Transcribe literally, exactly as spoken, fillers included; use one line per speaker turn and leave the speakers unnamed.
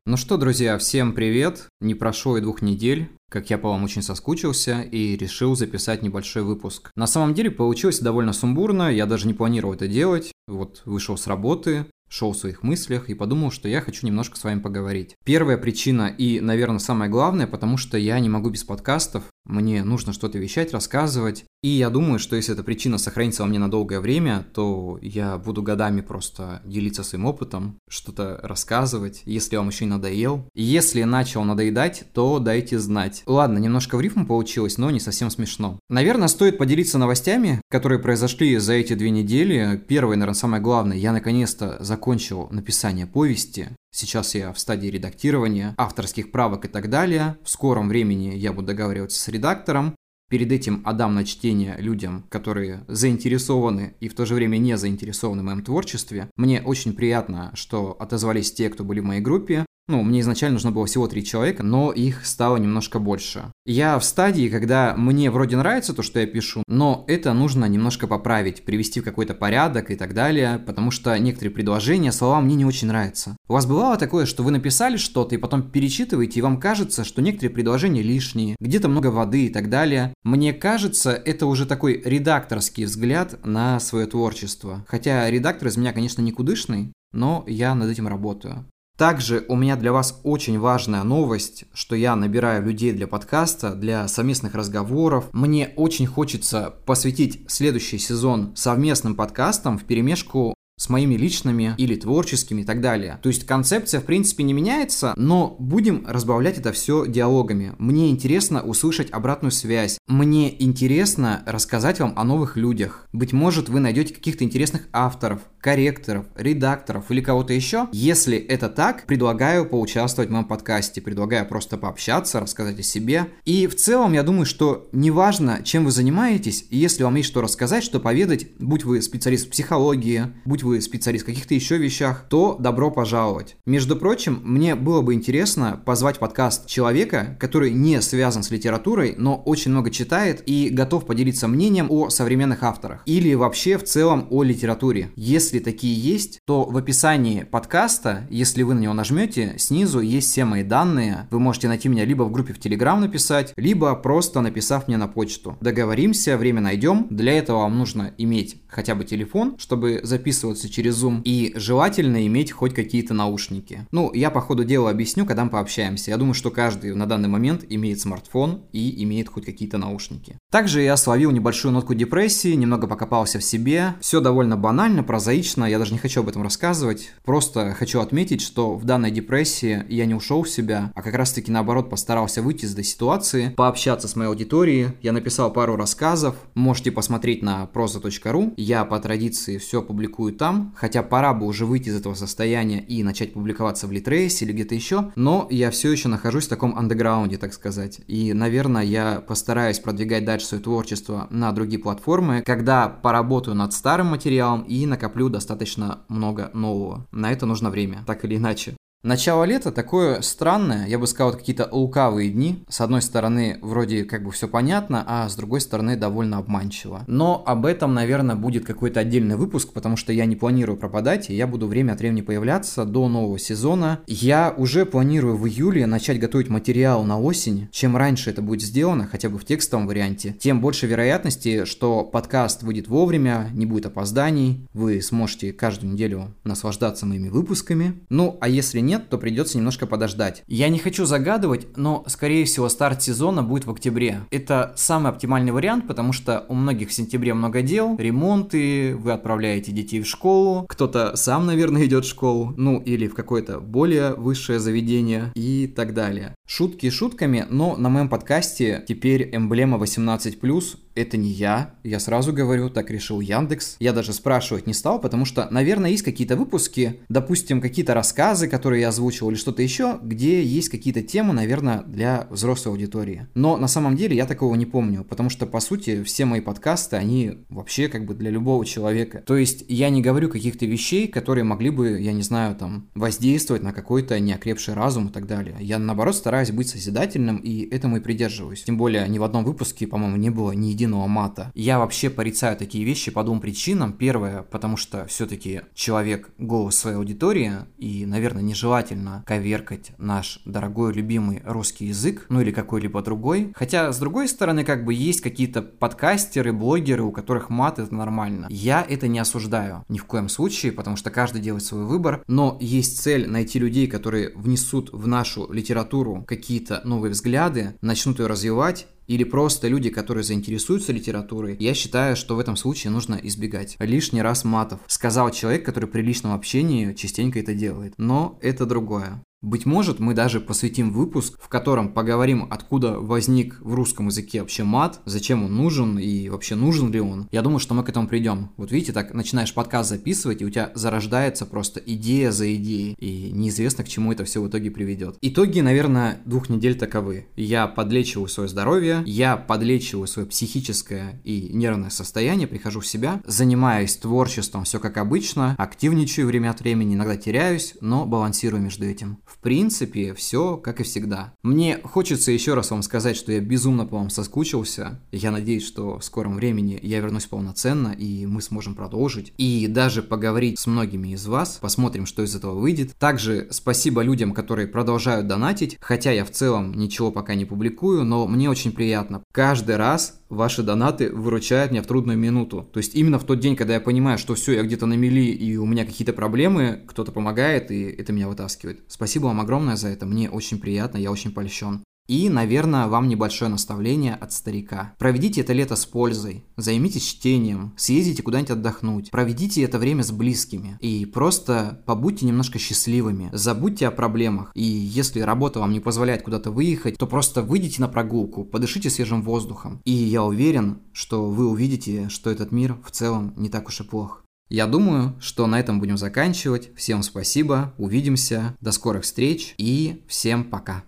Ну что, друзья, всем привет! Не прошло и двух недель, как я по вам очень соскучился и решил записать небольшой выпуск. На самом деле получилось довольно сумбурно, я даже не планировал это делать. Вот вышел с работы, шел в своих мыслях и подумал, что я хочу немножко с вами поговорить. Первая причина и, наверное, самое главное, потому что я не могу без подкастов. Мне нужно что-то вещать, рассказывать. И я думаю, что если эта причина сохранится во мне на долгое время, то я буду годами просто делиться своим опытом, что-то рассказывать, если вам еще не надоел. И если начал надоедать, то дайте знать. Ладно, немножко в рифму получилось, но не совсем смешно. Наверное, стоит поделиться новостями, которые произошли за эти две недели. Первое, наверное, самое главное, я наконец-то закончил написание повести. Сейчас я в стадии редактирования, авторских правок и так далее. В скором времени я буду договариваться с редактором. Перед этим отдам на чтение людям, которые заинтересованы и в то же время не заинтересованы в моем творчестве. Мне очень приятно, что отозвались те, кто были в моей группе. Ну, мне изначально нужно было всего три человека, но их стало немножко больше. Я в стадии, когда мне вроде нравится то, что я пишу, но это нужно немножко поправить, привести в какой-то порядок и так далее, потому что некоторые предложения, слова мне не очень нравятся. У вас бывало такое, что вы написали что-то и потом перечитываете, и вам кажется, что некоторые предложения лишние, где-то много воды и так далее. Мне кажется, это уже такой редакторский взгляд на свое творчество. Хотя редактор из меня, конечно, никудышный, но я над этим работаю. Также у меня для вас очень важная новость, что я набираю людей для подкаста, для совместных разговоров. Мне очень хочется посвятить следующий сезон совместным подкастам вперемешку с моими личными или творческими и так далее. То есть концепция в принципе не меняется, но будем разбавлять это все диалогами. Мне интересно услышать обратную связь. Мне интересно рассказать вам о новых людях. Быть может, вы найдете каких-то интересных авторов, корректоров, редакторов или кого-то еще. Если это так, предлагаю поучаствовать в моем подкасте. Предлагаю просто пообщаться, рассказать о себе. И в целом я думаю, что неважно, чем вы занимаетесь, если вам есть что рассказать, что поведать, будь вы специалист в психологии, будь вы специалист в каких-то еще вещах, то добро пожаловать. Между прочим, мне было бы интересно позвать в подкаст человека, который не связан с литературой, но очень много читает и готов поделиться мнением о современных авторах. Или вообще в целом о литературе. Если такие есть, то в описании подкаста, если вы на него нажмете, снизу есть все мои данные. Вы можете найти меня либо в группе в Telegram написать, либо просто написав мне на почту. Договоримся, время найдем. Для этого вам нужно иметь хотя бы телефон, чтобы записываться через Zoom, и желательно иметь хоть какие-то наушники. Ну, я по ходу дела объясню, когда мы пообщаемся. Я думаю, что каждый на данный момент имеет смартфон и имеет хоть какие-то наушники. Также я словил небольшую нотку депрессии, немного покопался в себе. Все довольно банально, прозаично, я даже не хочу об этом рассказывать. Просто хочу отметить, что в данной депрессии я не ушел в себя, а как раз таки наоборот постарался выйти из этой ситуации, пообщаться с моей аудиторией. Я написал пару рассказов, можете посмотреть на проза точка ру. Я по традиции все публикую там, хотя пора бы уже выйти из этого состояния и начать публиковаться в Литресе или где-то еще, но я все еще нахожусь в таком андеграунде, так сказать. И, наверное, я постараюсь продвигать дальше свое творчество на другие платформы, когда поработаю над старым материалом и накоплю достаточно много нового. На это нужно время, так или иначе. Начало лета такое странное, я бы сказал, какие-то лукавые дни. С одной стороны, вроде как бы все понятно, а с другой стороны, довольно обманчиво. Но об этом, наверное, будет какой-то отдельный выпуск, потому что я не планирую пропадать, и я буду время от времени появляться до нового сезона. Я уже планирую в июле начать готовить материал на осень. Чем раньше это будет сделано, хотя бы в текстовом варианте, тем больше вероятности, что подкаст выйдет вовремя, не будет опозданий, вы сможете каждую неделю наслаждаться моими выпусками. Ну, а если нет, нет, то придется немножко подождать. Я не хочу загадывать, но, скорее всего, старт сезона будет в октябре. Это самый оптимальный вариант, потому что у многих в сентябре много дел, ремонты, вы отправляете детей в школу, кто-то сам, наверное, идет в школу, ну, или в какое-то более высшее заведение и так далее. Шутки шутками, но на моем подкасте теперь эмблема восемнадцать плюс. Это не я, я сразу говорю, так решил Яндекс. Я даже спрашивать не стал, потому что, наверное, есть какие-то выпуски, допустим, какие-то рассказы, которые я озвучивал, или что-то еще, где есть какие-то темы, наверное, для взрослой аудитории. Но на самом деле я такого не помню, потому что, по сути, все мои подкасты, они вообще как бы для любого человека. То есть я не говорю каких-то вещей, которые могли бы, я не знаю, там, воздействовать на какой-то неокрепший разум и так далее. Я, наоборот, стараюсь быть созидательным, и этому и придерживаюсь. Тем более, ни в одном выпуске, по-моему, не было ни единого единого мата. Я вообще порицаю такие вещи по двум причинам. Первое, потому что все-таки человек — голос своей аудитории, и, наверное, нежелательно коверкать наш дорогой любимый русский язык, ну или какой-либо другой. Хотя, с другой стороны, как бы есть какие-то подкастеры, блогеры, у которых мат — это нормально. Я это не осуждаю ни в коем случае, потому что каждый делает свой выбор, но есть цель найти людей, которые внесут в нашу литературу какие-то новые взгляды, начнут ее развивать, или просто люди, которые заинтересуются литературой. Я считаю, что в этом случае нужно избегать лишний раз матов. Сказал человек, который при личном общении частенько это делает. Но это другое. Быть может, мы даже посвятим выпуск, в котором поговорим, откуда возник в русском языке вообще мат, зачем он нужен и вообще нужен ли он. Я думаю, что мы к этому придем. Вот видите, так начинаешь подкаст записывать, и у тебя зарождается просто идея за идеей, и неизвестно, к чему это все в итоге приведет. Итоги, наверное, двух недель таковы. Я подлечиваю свое здоровье, я подлечиваю свое психическое и нервное состояние, прихожу в себя, занимаюсь творчеством, все как обычно, активничаю время от времени, иногда теряюсь, но балансирую между этим. В принципе, все как и всегда. Мне хочется еще раз вам сказать, что я безумно по вам соскучился. Я надеюсь, что в скором времени я вернусь полноценно, и мы сможем продолжить. И даже поговорить с многими из вас. Посмотрим, что из этого выйдет. Также спасибо людям, которые продолжают донатить. Хотя я в целом ничего пока не публикую, но мне очень приятно. Каждый раз ваши донаты выручают меня в трудную минуту. То есть именно в тот день, когда я понимаю, что все, я где-то на мели и у меня какие-то проблемы, кто-то помогает, и это меня вытаскивает. Спасибо вам огромное за это, мне очень приятно, я очень польщен. И, наверное, вам небольшое наставление от старика. Проведите это лето с пользой, займитесь чтением, съездите куда-нибудь отдохнуть, проведите это время с близкими и просто побудьте немножко счастливыми, забудьте о проблемах. И если работа вам не позволяет куда-то выехать, то просто выйдите на прогулку, подышите свежим воздухом. И я уверен, что вы увидите, что этот мир в целом не так уж и плох. Я думаю, что на этом будем заканчивать. Всем спасибо, увидимся, до скорых встреч и всем пока.